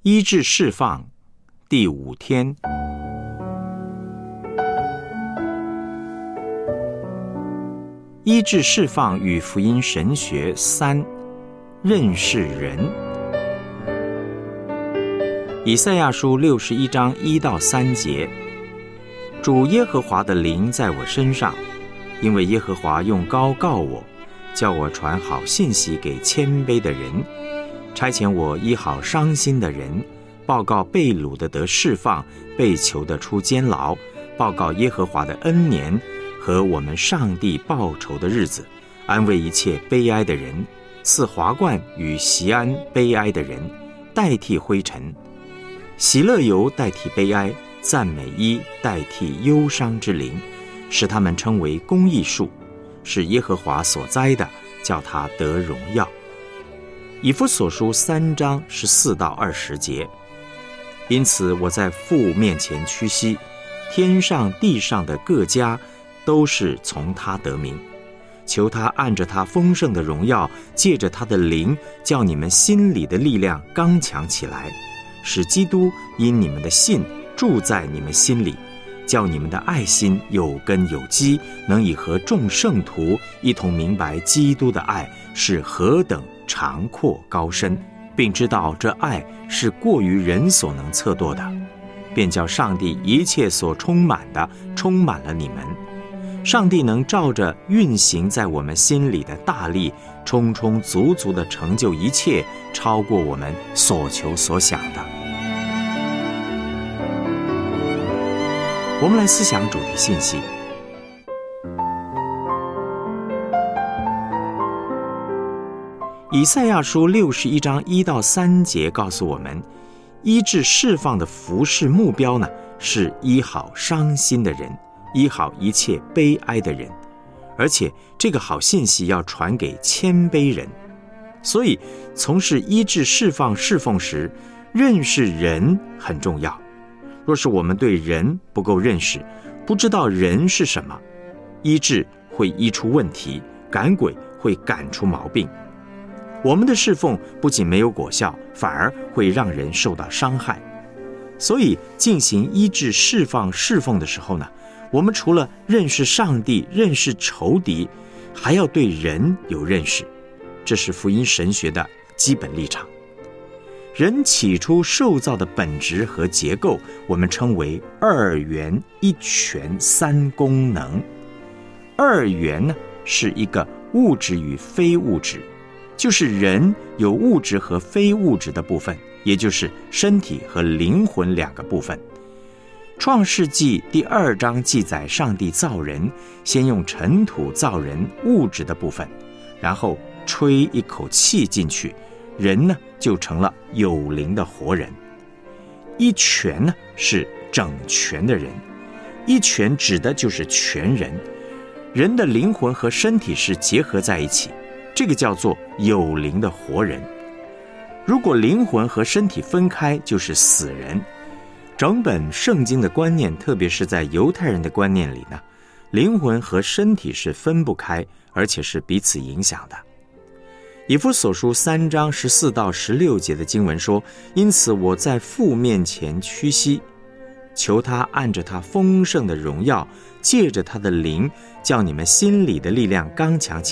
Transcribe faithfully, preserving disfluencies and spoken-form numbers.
医治释放第五天。医治释放与福音神学三，认识人。以赛亚书六十一章一到三节，主耶和华的灵在我身上，因为耶和华用膏告我，叫我传好信息给谦卑的人，差遣我医好伤心的人，报告被掳的得释放，被囚的出监牢，报告耶和华的恩年和我们上帝报仇的日子，安慰一切悲哀的人，赐华冠与锡安悲哀的人，代替灰尘，喜乐油代替悲哀，赞美衣代替忧伤之灵，使他们称为公义树，是耶和华所栽的，叫他得荣耀。以弗所书三章十四到二十节，因此我在父面前屈膝，天上地上的各家都是从他得名，求他按着他丰盛的荣耀，借着他的灵，叫你们心里的力量刚强起来，使基督因你们的信住在你们心里，叫你们的爱心有根有基，能以和众圣徒一同明白基督的爱是何等长阔高深，并知道这爱是过于人所能测度的，便叫上帝一切所充满的充满了你们。上帝能照着运行在我们心里的大力，充充足足地成就一切，超过我们所求所想的。我们来思想主题信息。以赛亚书六十一章一到三节告诉我们，医治释放的服事目标呢，是医好伤心的人，医好一切悲哀的人，而且这个好信息要传给谦卑人。所以从事医治释放侍奉时，认识人很重要。若是我们对人不够认识，不知道人是什么，医治会医出问题，赶鬼会赶出毛病。我们的侍奉不仅没有果效，反而会让人受到伤害。所以进行医治释放侍奉的时候呢，我们除了认识上帝，认识仇敌，还要对人有认识，这是福音神学的基本立场。人起初受造的本质和结构，我们称为二元一全三功能。二元呢，是一个物质与非物质，就是人有物质和非物质的部分，也就是身体和灵魂两个部分。创世纪第二章记载，上帝造人，先用尘土造人物质的部分，然后吹一口气进去，人呢就成了有灵的活人。一全呢是整全的人，一全指的就是全人，人的灵魂和身体是结合在一起，这个叫做有灵的活人。如果灵魂和身体分开，就是死人。整本圣经的观念，特别是在犹太人的观念里呢，灵魂和身体是分不开，而且是彼此影响的。以弗所书三章十四到十六节的经文说，因此我在父面前屈膝，求他按着他丰盛的荣耀，借着他的灵，叫你们心里的力量刚强起